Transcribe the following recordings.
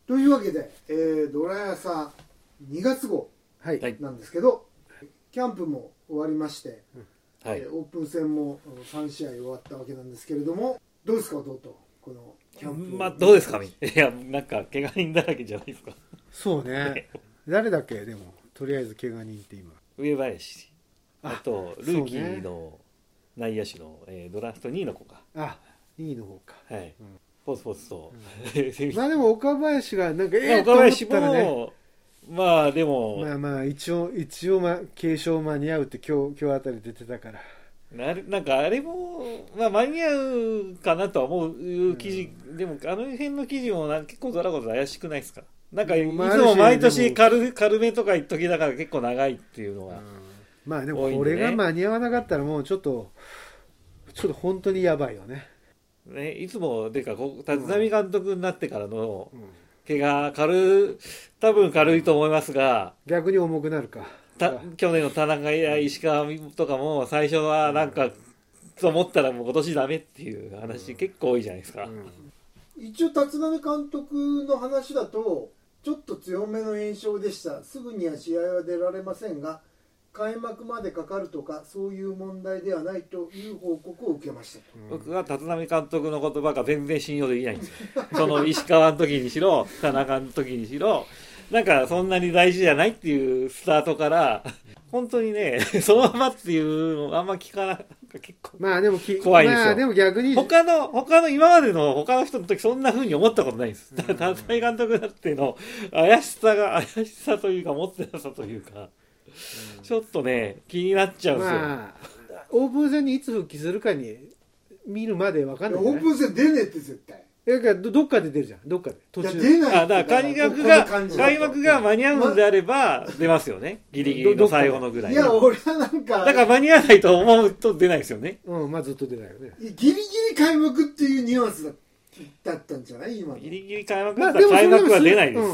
というわけで、ドラヤサ2月号なんですけど、キャンプも終わりまして、オープン戦も3試合終わったわけなんですけれども、どうですか弟、このキャンプ。 どうですか。いや、なんか怪我人だらけじゃないですか。 そうね。誰だっけ、でもとりあえず怪我人って今上林、あとルーキーの内野手の、ドラフト2位の子か。 2位の方か。 はい。ポツポツと。 まあでも岡林がなんか岡林もでも一応継承間に合うって今日あたり出てたから。 なんかあれも間に合うかなとは思う記事、でもあの辺の記事も結構ドラゴンズ怪しくないですか。なんかいつも毎年軽めとか言っときながら結構長いっていうのは、 まあでもこれが間に合わなかったらもうちょっと本当にやばいよね。 いつもでか立浪監督になってからの怪我多分軽いと思いますが、 逆に重くなるか。 去年の田中や石川とかも最初はなんかと思ったらもう今年ダメっていう話結構多いじゃないですか。 一応立浪監督の話だとちょっと強めの炎症でした、すぐには試合は出られませんが開幕までかかるとかそういう問題ではないという報告を受けました。 僕は立浪監督の言葉が全然信用できないんですよ。その石川の時にしろ田中の時にしろなんかそんなに大事じゃないっていうスタートから本当にねそのままっていうのあんま聞かない。結構怖いんですよ。 でも逆に他の今までの他の人の時そんな風に思ったことないんです。立浪監督だっての怪しさというか持ってなさというか、ちょっとね気になっちゃうんですよ。 オープン戦にいつ復帰するかに見るまで分かんない。 オープン戦出ねえって絶対。 どっかで出るじゃん。どっかで途中出ない。 だから開幕が間に合うんであれば出ますよね。ギリギリの最後のぐらい。 いや俺はなんかだから間に合わないと思うと出ないですよね。 ずっと出ないよね。 ギリギリ開幕っていうニュアンスだったんじゃない今の。 ギリギリ開幕だったら開幕は出ないです。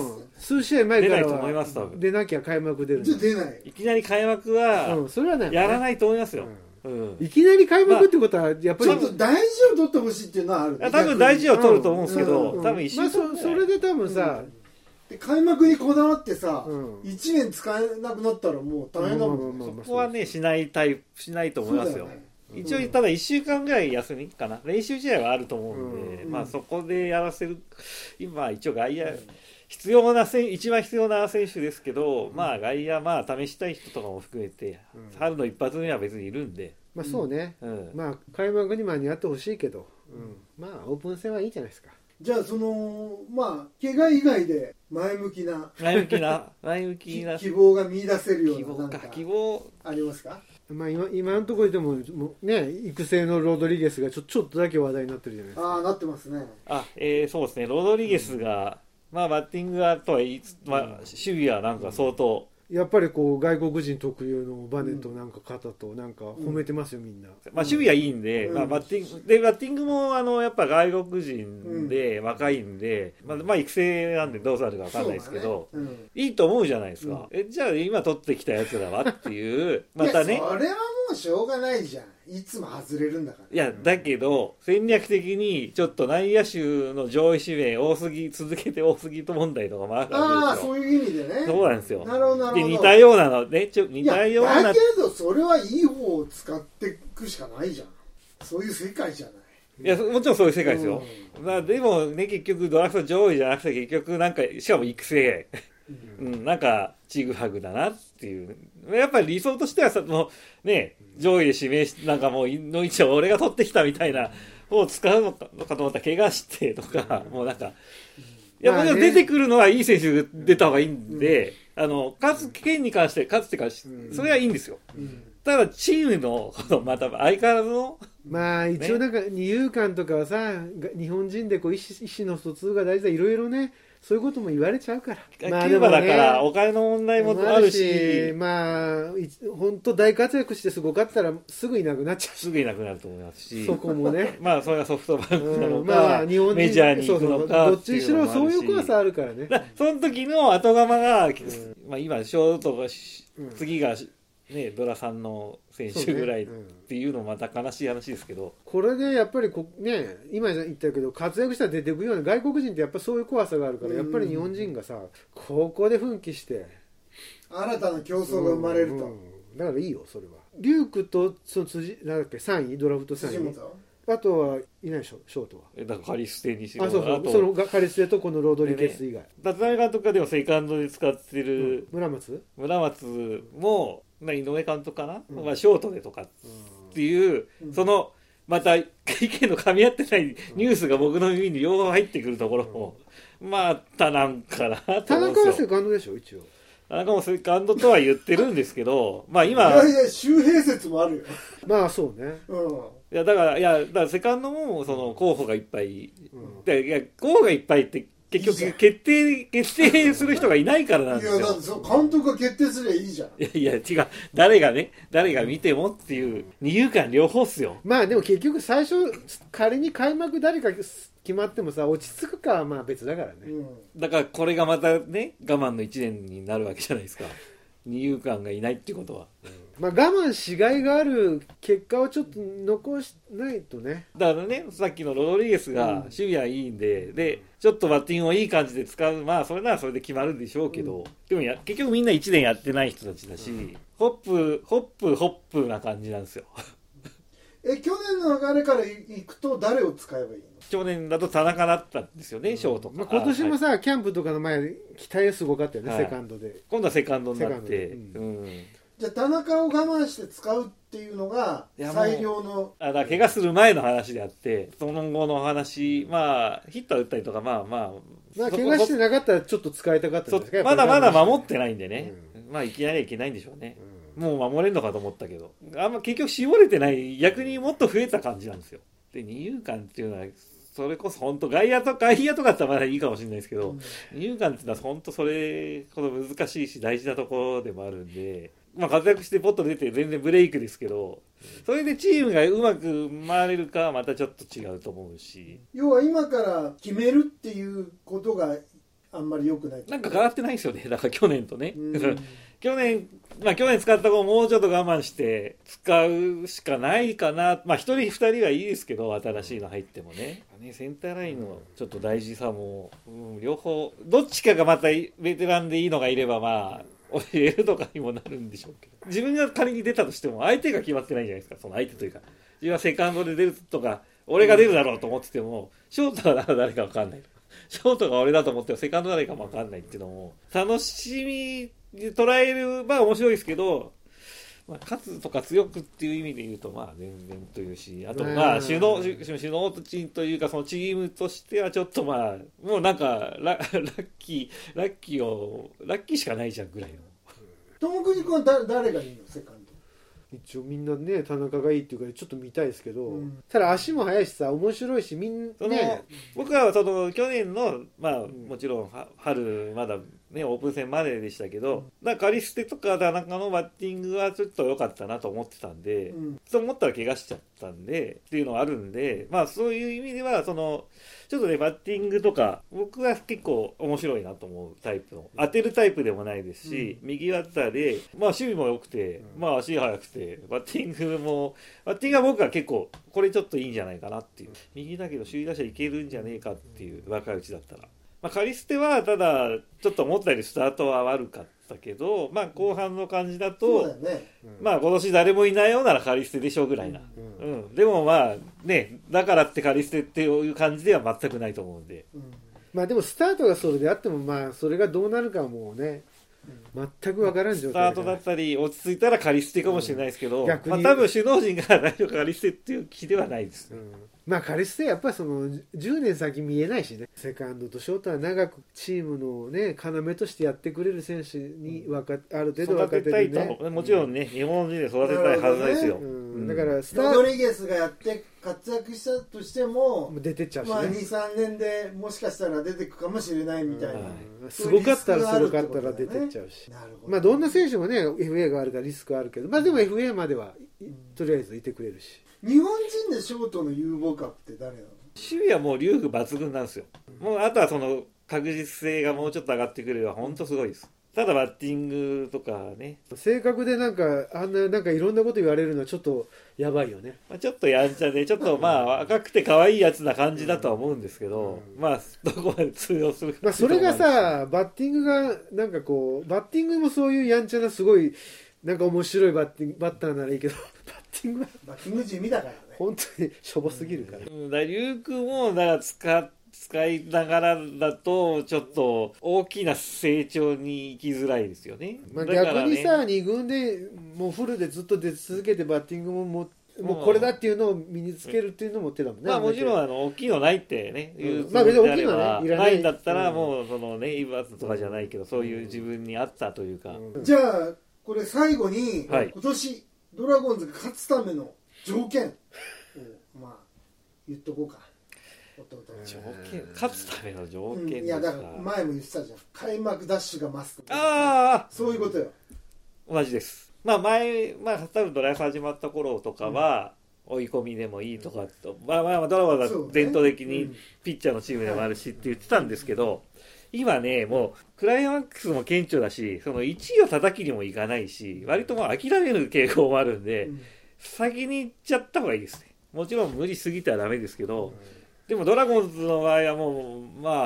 数試合前からは出なきゃ開幕出る。 出ない。 いきなり開幕はやらないと思いますよ。 いきなり開幕ってことはやっぱりちょっと大事を取ってほしいっていうのはある。 多分大事を取ると思うんですけど、多分一瞬それで多分さ、 開幕にこだわってさ、1年使えなくなったらもう大変だもん。 そこはねしないと思いますよ。一応ただ1週間ぐらい休みかな、練習試合はあると思うんで、そこでやらせる。今一応外野一番必要な選手ですけど、外野試したい人とかも含めて、春の一発目は別にいるんで、 そうね、開幕に間に合ってほしいけど、オープン戦はいいじゃないですか。 じゃあ怪我以外で前向きな希望が見出せるような希望ありますか。 今のところでもね、育成のロドリゲスがちょっとだけ話題になってるじゃないですか。 なってますね。 そうですね。ロドリゲスが、バッティングがとは言いつつ、守備はなんか相当、 やっぱり外国人特有のバネとなんか肩となんか褒めてますよ、みんな。 守備はいいんで、バッティングもやっぱ外国人で若いんで、育成なんでどうされるか分かんないですけど、いいと思うじゃないですか。じゃあ今取ってきたやつらはっていうまたね。 それはもうしょうがないじゃん。いつも外れるんだから。 いやだけど戦略的にちょっと内野手の上位指名続けて多すぎと問題とかもあるわけですよ。 そういう意味でね。 そうなんですよ。 なるほど。 で似たようなのね、似たような。 だけどそれはいい方を使っていくしかないじゃん。そういう世界じゃない。 いやもちろんそういう世界ですよ。でもね、結局ドラフト上位じゃなくて結局なんかしかも育成なんかチグハグだなっていう。やっぱり理想としてはね、上位で指名なんかもうの位置を俺が取ってきたみたいな方を使うのかと思ったら怪我してとか、もうなんかいやもちろん出てくるのはいい選手出た方がいいんで、勝つ件に関して勝つっていうかそれはいいんですよ。ただチームのまた相変わらずの一応なんか二遊間とかはさ、日本人で意思の疎通が大事だ、いろいろね、そういうことも言われちゃうから。 キューバだからお金の問題もあるし、 本当大活躍してすごかったらすぐいなくなっちゃう。 すぐいなくなると思いますし、 そこもね。 それがソフトバンクなのか、 日本人メジャーに行くのかどっちにしろそういう怖さあるからね。 その時の後釜が、今ショートが次がね、ドラさんの選手ぐらいっていうのもまた悲しい話ですけど、 これでやっぱりね、今言ったけど活躍したら出てくるような外国人ってやっぱそういう怖さがあるから、やっぱり日本人がさここで奮起して新たな競争が生まれると、 だからいいよそれは。リュークとその辻なんだっけ3位ドラフト3位、あとはいないでしょショートは。 だからカリステにしろ、 そうそのカリステとこのロードリゲス以外、 立浪監督がでもセカンドで使ってる、 村松も井上監督かな、まあ、ショートでとかっていう、そのまた意見の噛み合ってないニュースが僕の耳に両方入ってくるところも、またなんかなと思うんですよ。 田中はセカンドでしょ一応。 田中もセカンドとは言ってるんですけど、まあ今いや周平説もあるよ。 まあそうね。 いやだからセカンドもその候補がいっぱい、いや候補がいっぱいって結局決定する人がいないからなんですよ。 いやだって監督が決定すりゃいいじゃん。 いや違う、誰が見てもっていう二遊間両方っすよ。 まあでも結局最初仮に開幕誰か決まってもさ落ち着くかはまあ別だからね、 だからこれがまたね我慢の1年になるわけじゃないですか。二遊間がいないっていうことは、 まあ我慢しがいがある結果をちょっと残しないとね。 だからねさっきのロドリゲスが守備はいいんで、でちょっとバッティングをいい感じで使う、まあそれならそれで決まるんでしょうけど、でも結局みんな1年やってない人たちだし、ホップな感じなんですよ。 去年の流れからいくと誰を使えばいいの？ 去年だと田中だったんですよね、ショートか。 まあ、今年もさ、キャンプとかの前期待がすごかったよね、セカンドで。 今度はセカンドになって、 じゃあ田中を我慢して使うっていうのが最良の。 だから怪我する前の話であって、その後の話、まあヒット打ったりとか、まあ怪我してなかったらちょっと使いたかったんですか。 まだ守ってないんでね、まあいきなりはいけないんでしょうね。もう守れるのかと思ったけど、あんま結局絞れてない、逆にもっと増えた感じなんですよ。で二遊間っていうのはそれこそ本当外野とかだったらまだいいかもしれないですけど、二遊間っていうのは本当それほど難しいし大事なところでもあるんで、まあ活躍してポッと出て全然ブレイクですけど、それでチームがうまく回れるかはまたちょっと違うと思うし、 要は今から決めるっていうことがあんまり良くない。 なんか変わってないですよね。だから去年とね。去年使った子をもうちょっと我慢して使うしかないかな。まあ一人二人はいいですけど、新しいの入ってもね。センターラインのちょっと大事さも、両方、どっちかがまたベテランでいいのがいればまあ、教えるとかにもなるんでしょうけど。自分が仮に出たとしても相手が決まってないじゃないですか。その相手というか。自分はセカンドで出るとか、俺が出るだろうと思ってても、ショートは誰か分かんない。ショートが俺だと思ってもセカンド誰かも分かんないっていうのも、楽しみに捉える、まあ面白いですけど、まあ、勝つとか強くっていう意味で言うと、まあ全然というし、あとまあ首脳チームというか、そのチームとしてはちょっとまあ、もうなんかラッキーしかないじゃんぐらいの。 友國君は誰がいいのセカンド？ 一応みんなね田中がいいっていうかちょっと見たいですけど、ただ足も速いしさ面白いしみんなね。 僕はその去年のまあもちろん春まだねオープン戦まででしたけど、カリステとか田中のバッティングはちょっと良かったなと思ってたんで、そう思ったら怪我しちゃったんでっていうのはあるんで、まあそういう意味ではそのちょっとねバッティングとか僕は結構面白いなと思うタイプの、当てるタイプでもないですし、右バッターでまあ守備も良くて、まあ足速くてバッティングは僕は結構これちょっといいんじゃないかなっていう、右だけど首位打者いけるんじゃねえかっていう若いうちだったら、まあ、カリステはただちょっと思ったよりスタートは悪かったけど、まあ後半の感じだと、 そうだよね、 まあ今年誰もいないようならカリステでしょうぐらいな、でもまあねだからってカリステっていう感じでは全くないと思うんで、 まあでもスタートがそれであってもまあそれがどうなるかはもうね全く分からん状態。 スタートだったり落ち着いたらカリステかもしれないですけど、逆にまあ、多分首脳陣が大丈夫カリステっていう気ではないです、 まあカリステやっぱりその10年先見えないしね、セカンドとショートは長くチームのね要としてやってくれる選手にある程度分かってるね、 もちろんね、日本人で育てたいはずですよ、 だからロドリゲスがやって活躍したとしても出てっちゃうし、ね、 まあ、2,3 年でもしかしたら出てくかもしれないみたいな、 すごかったら出てっちゃうし、まあどんな選手もね FA があるからリスクあるけど、まあでも FA まではとりあえずいてくれるし。 日本人でショートの有望株って誰なの？ 守備はもう龍具抜群なんですよ、もうあとはその確実性がもうちょっと上がってくれば本当すごいです。 ただバッティングとかね、 性格でなんかあんななんかいろんなこと言われるのはちょっとやばいよね。 ちょっとやんちゃでちょっとまあ若くて可愛いやつな感じだとは思うんですけど、まあどこまで通用するか、 それがさバッティングがなんかこうバッティングもそういうやんちゃなすごいなんか面白いバッターならいいけどバッティング地味だからね、 本当にしょぼすぎるから。 龍空もだから使いながらだとちょっと大きな成長に行きづらいですよね。 まあ、逆にさ、2軍でもうフルでずっと出続けてバッティングもうこれだっていうのを身につけるっていうのも手だもんね。 まあもちろん大きいのないってね、 まあ別に大きいのはねないんだったらもうそのねイバースとかじゃないけどそういう自分に合ったというか。 じゃあこれ最後に今年ドラゴンズが勝つための条件をまあ言っとこうか。 条件、勝つための条件ですか。 いやだから前も言ってたじゃん、開幕ダッシュがマスト。 ああそういうことよ。 同じです。まあ前多分ドライブ始まった頃とかは、追い込みでもいいとかと、まあドラゴンズは伝統的にピッチャーのチームでもあるしって言ってたんですけど、今ねもうクライマックスも顕著だし、その1位を叩きにもいかないし、割ともう諦める傾向もあるんで、先に行っちゃった方がいいですね。もちろん無理すぎてはダメですけど、でもドラゴンズの場合はも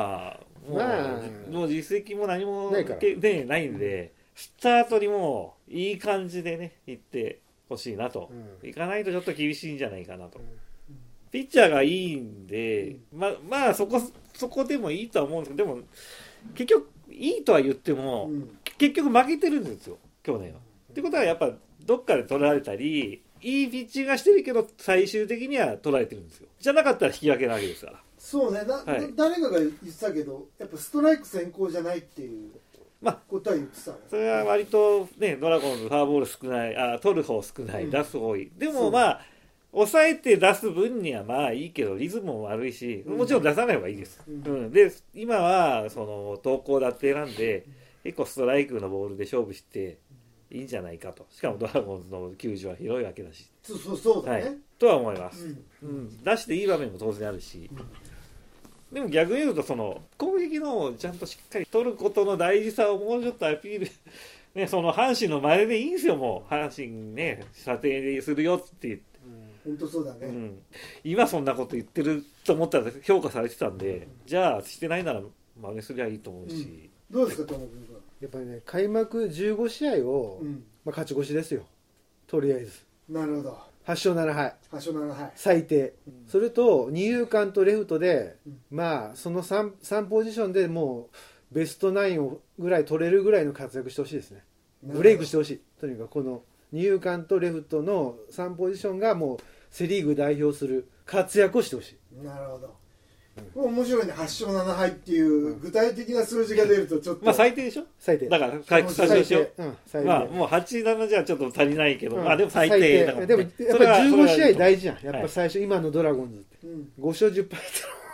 う実績も何もないんで、スタートにもういい感じでね行ってほしいなと、行かないとちょっと厳しいんじゃないかなと。ピッチャーがいいんで、まあそこでもいいとは思うんですけど、でも結局いいとは言っても、結局負けてるんですよ去年は。ってことはやっぱどっかで取られたり、いいピッチングがしてるけど最終的には取られてるんですよ。じゃなかったら引き分けなわけですから。 そうね、誰かが言ってたけどやっぱストライク先行じゃないっていうことは言ってた、 それは割とねドラゴンズフォアボール少ない、取る方少ない、出す多い。でもまあ抑えて出す分にはまあいいけどリズムも悪いし、もちろん出さない方がいいです、で今はその投稿だって選んで結構ストライクのボールで勝負していいんじゃないかと。しかもドラゴンズの球場は広いわけだし、 そうだね、 とは思います、出していい場面も当然あるし、でも逆に言うとその攻撃のちゃんとしっかり取ることの大事さをもうちょっとアピールね、その阪神の真似でいいんですよ。もう阪神ね査定するよって言って、 本当そうだね、 今そんなこと言ってると思ったら評価されてたんで、じゃあしてないなら真似すりゃいいと思うし、 どうですか友君君。 やっぱりね開幕15試合を、勝ち越しですよとりあえず。 なるほど。 8勝7敗最低、それと二遊間とレフトで、まあその 3ポジションでもうベストナインをぐらい取れるぐらいの活躍してほしいですね。ブレイクしてほしい。とにかくこの二遊間とレフトの3ポジションがもうセリーグ代表する活躍をしてほしい。 なるほど。面白いね。8勝7敗っていう具体的な数字が出るとちょっと、 まあ最低でしょ。 最低だから最低、まあもう8、7じゃちょっと足りないけど、まあでも最低だから、 でもやっぱ15試合大事じゃん。やっぱ最初、今のドラゴンズって、5勝10敗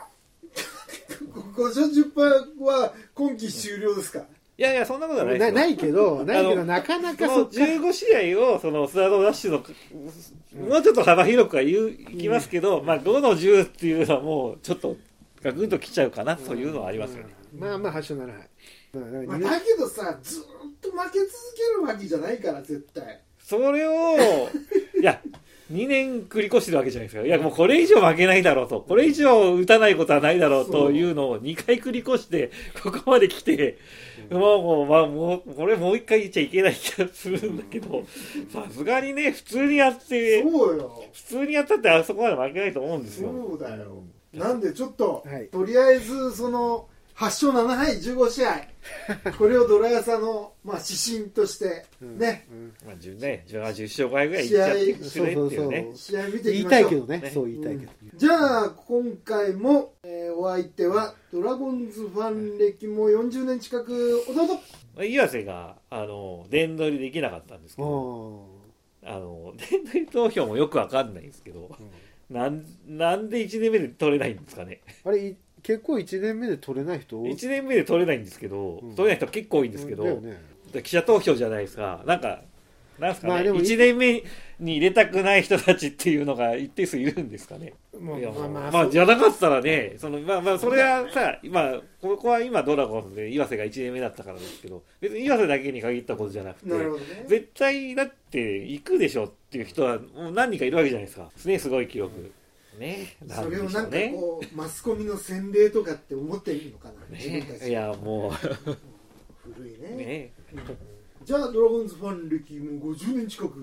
5勝10敗は今季終了ですか。 いやそんなことはないですよ。 ないけどなかなかその15試合をそのスタートダッシュのもうちょっと幅広くはいきますけど、まあ5の10っていうのはもうちょっとガクンときちゃうかなというのはありますよね。 まあ8勝7敗。 だけどさ、ずっと負け続けるわけじゃないから絶対。 それをいや2年繰り越してるわけじゃないですか。いやもうこれ以上負けないだろうと、これ以上打たないことはないだろうというのを2回繰り越してここまで来て、もうこれもう1回言っちゃいけない気がするんだけど、さすがにね普通にやって普通にやったってあそこまで負けないと思うんですよ。 そうだよ。なんでちょっと、とりあえずその8勝7敗15試合これをドラヤサの、指針としてね、 10勝5敗ぐらいいっちゃってくれっていうね、 試合見ていきましょう。 言いたいけどね、そう言いたいけど、 じゃあ今回も、お相手はドラゴンズファン歴も40年近く弟岩瀬が殿取りできなかったんですけど、殿取り投票もよくわかんないんですけど、なんで1年目で取れないんですかね。 あれ結構1年目で取れない人 1年目で取れないんですけど、取れない人結構多いんですけど、記者投票じゃないですか。なんかなんすかね、1年目に入れたくない人たちっていうのが一定数いるんですかね。まあじゃなかったらね、それはさ、ここは今ドラゴンズで岩瀬が1年目だったからですけど、別に岩瀬だけに限ったことじゃなくて、絶対だって行くでしょっていう人はもう何人かいるわけじゃないですか。ね、すごい記録。ね、 それをなんかこうマスコミの洗礼とかって思っているのかな、自分たち。 いやもう古いね。じゃあドラゴンズファン歴も50年近く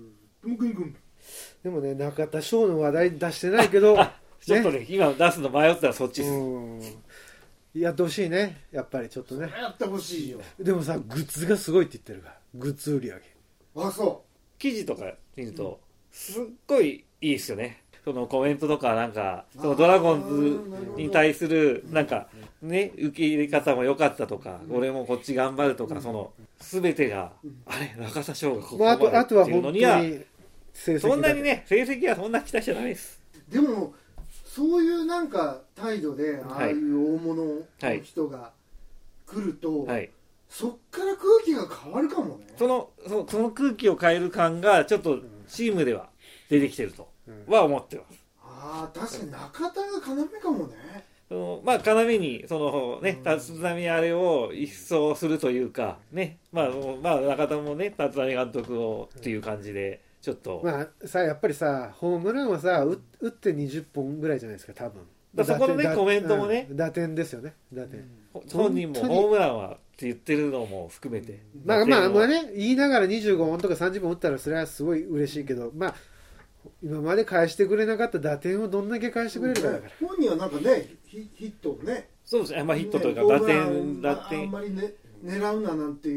でもね、中田翔の話題出してないけどちょっとね、今出すの迷ったらそっちです。 やってほしいね、やっぱりちょっとね。 やってほしいよ。 でもさ、グッズがすごいって言ってるから、グッズ売り上げ。 あ、そう。 記事とか見ると、すっごいいいですよね。そのコメントとかなんか、そのドラゴンズに対するなんかね、受け入れ方も良かったとか、俺もこっち頑張るとか、その全てが、あれ、中田翔がここまでっていうのには、そんなにね、成績はそんな期待しちゃダメです。 でもそういうなんか態度でああいう大物の人が来ると、そっから空気が変わるかもね。 その空気を変える感がちょっとチームでは出てきてるとは思ってます。 ああ、確かに中田が要かもね。 まあ要にそのね、立浪あれを一掃するというかね、まあ中田もね、立浪監督をっていう感じで。ちょっとまあさ、やっぱりさ、ホームランはさ、打って20本ぐらいじゃないですか、多分。 そこのね、コメントもね、 打点ですよね、打点。 本人もホームランはって言ってるのも含めて、 まあね、言いながら25本とか30本打ったらそれはすごい嬉しいけど、まあ今まで返してくれなかった打点をどんだけ返してくれるかだから。 本人はなんかね、ヒットをね、 そうですね、まあヒットというか打点あんまりね狙うななんていう、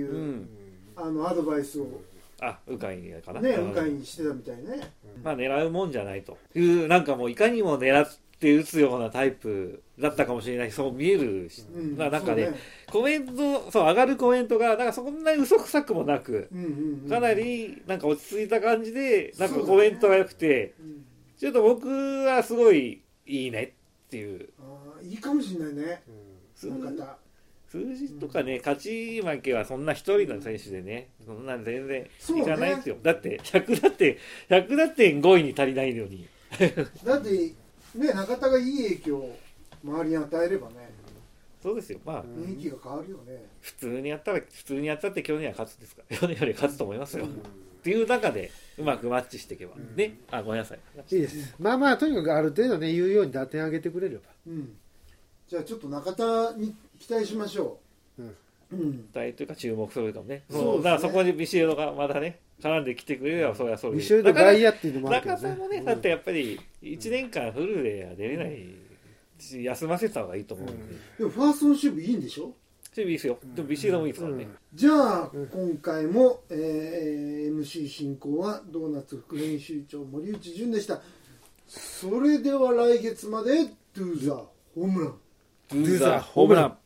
アドバイスを。 鵜飼かな。 ね、鵜飼にしてたみたいね。 まあ狙うもんじゃないという、なんかもういかにも狙って打つようなタイプだったかもしれない、そう見えるし、なんかね、コメント、上がるコメントが、なんかそんなに嘘くさくもなく、かなりなんか落ち着いた感じで、なんかコメントが良くて、ちょっと僕はすごいいいねっていう。 いいかもしれないね。 数字とかね、勝ち負けはそんな一人の選手でね、そんな全然いかないですよ。だって100打点5位に足りないのに。 だってね、中田がいい影響を周りに与えればね。 そうですよ。まあ雰囲気が変わるよね。 普通にやったって去年は勝つですから、去年より勝つと思いますよ。っていう中でうまくマッチしていけばね。ごめんなさい。 いいです。まあとにかくある程度ね、言うように打点上げてくれれば。 じゃあちょっと中田に期待しましょう。 期待というか注目するかもね。だからそこにビシエドがまたね絡んできてくれれば、それはそれで。 ビシエド外野っていうのもあるけどね。 中田もね、だってやっぱり1年間フルでは出れないし、休ませた方がいいと思うんで。 でもファーストの守備いいんでしょ？ 守備いいですよ。でもビシエドもいいですからね。 じゃあ今回もMC 進行はドーナツ副編集長森内潤でした。それでは来月まで Do the ホームラン。 Do the ホームラン。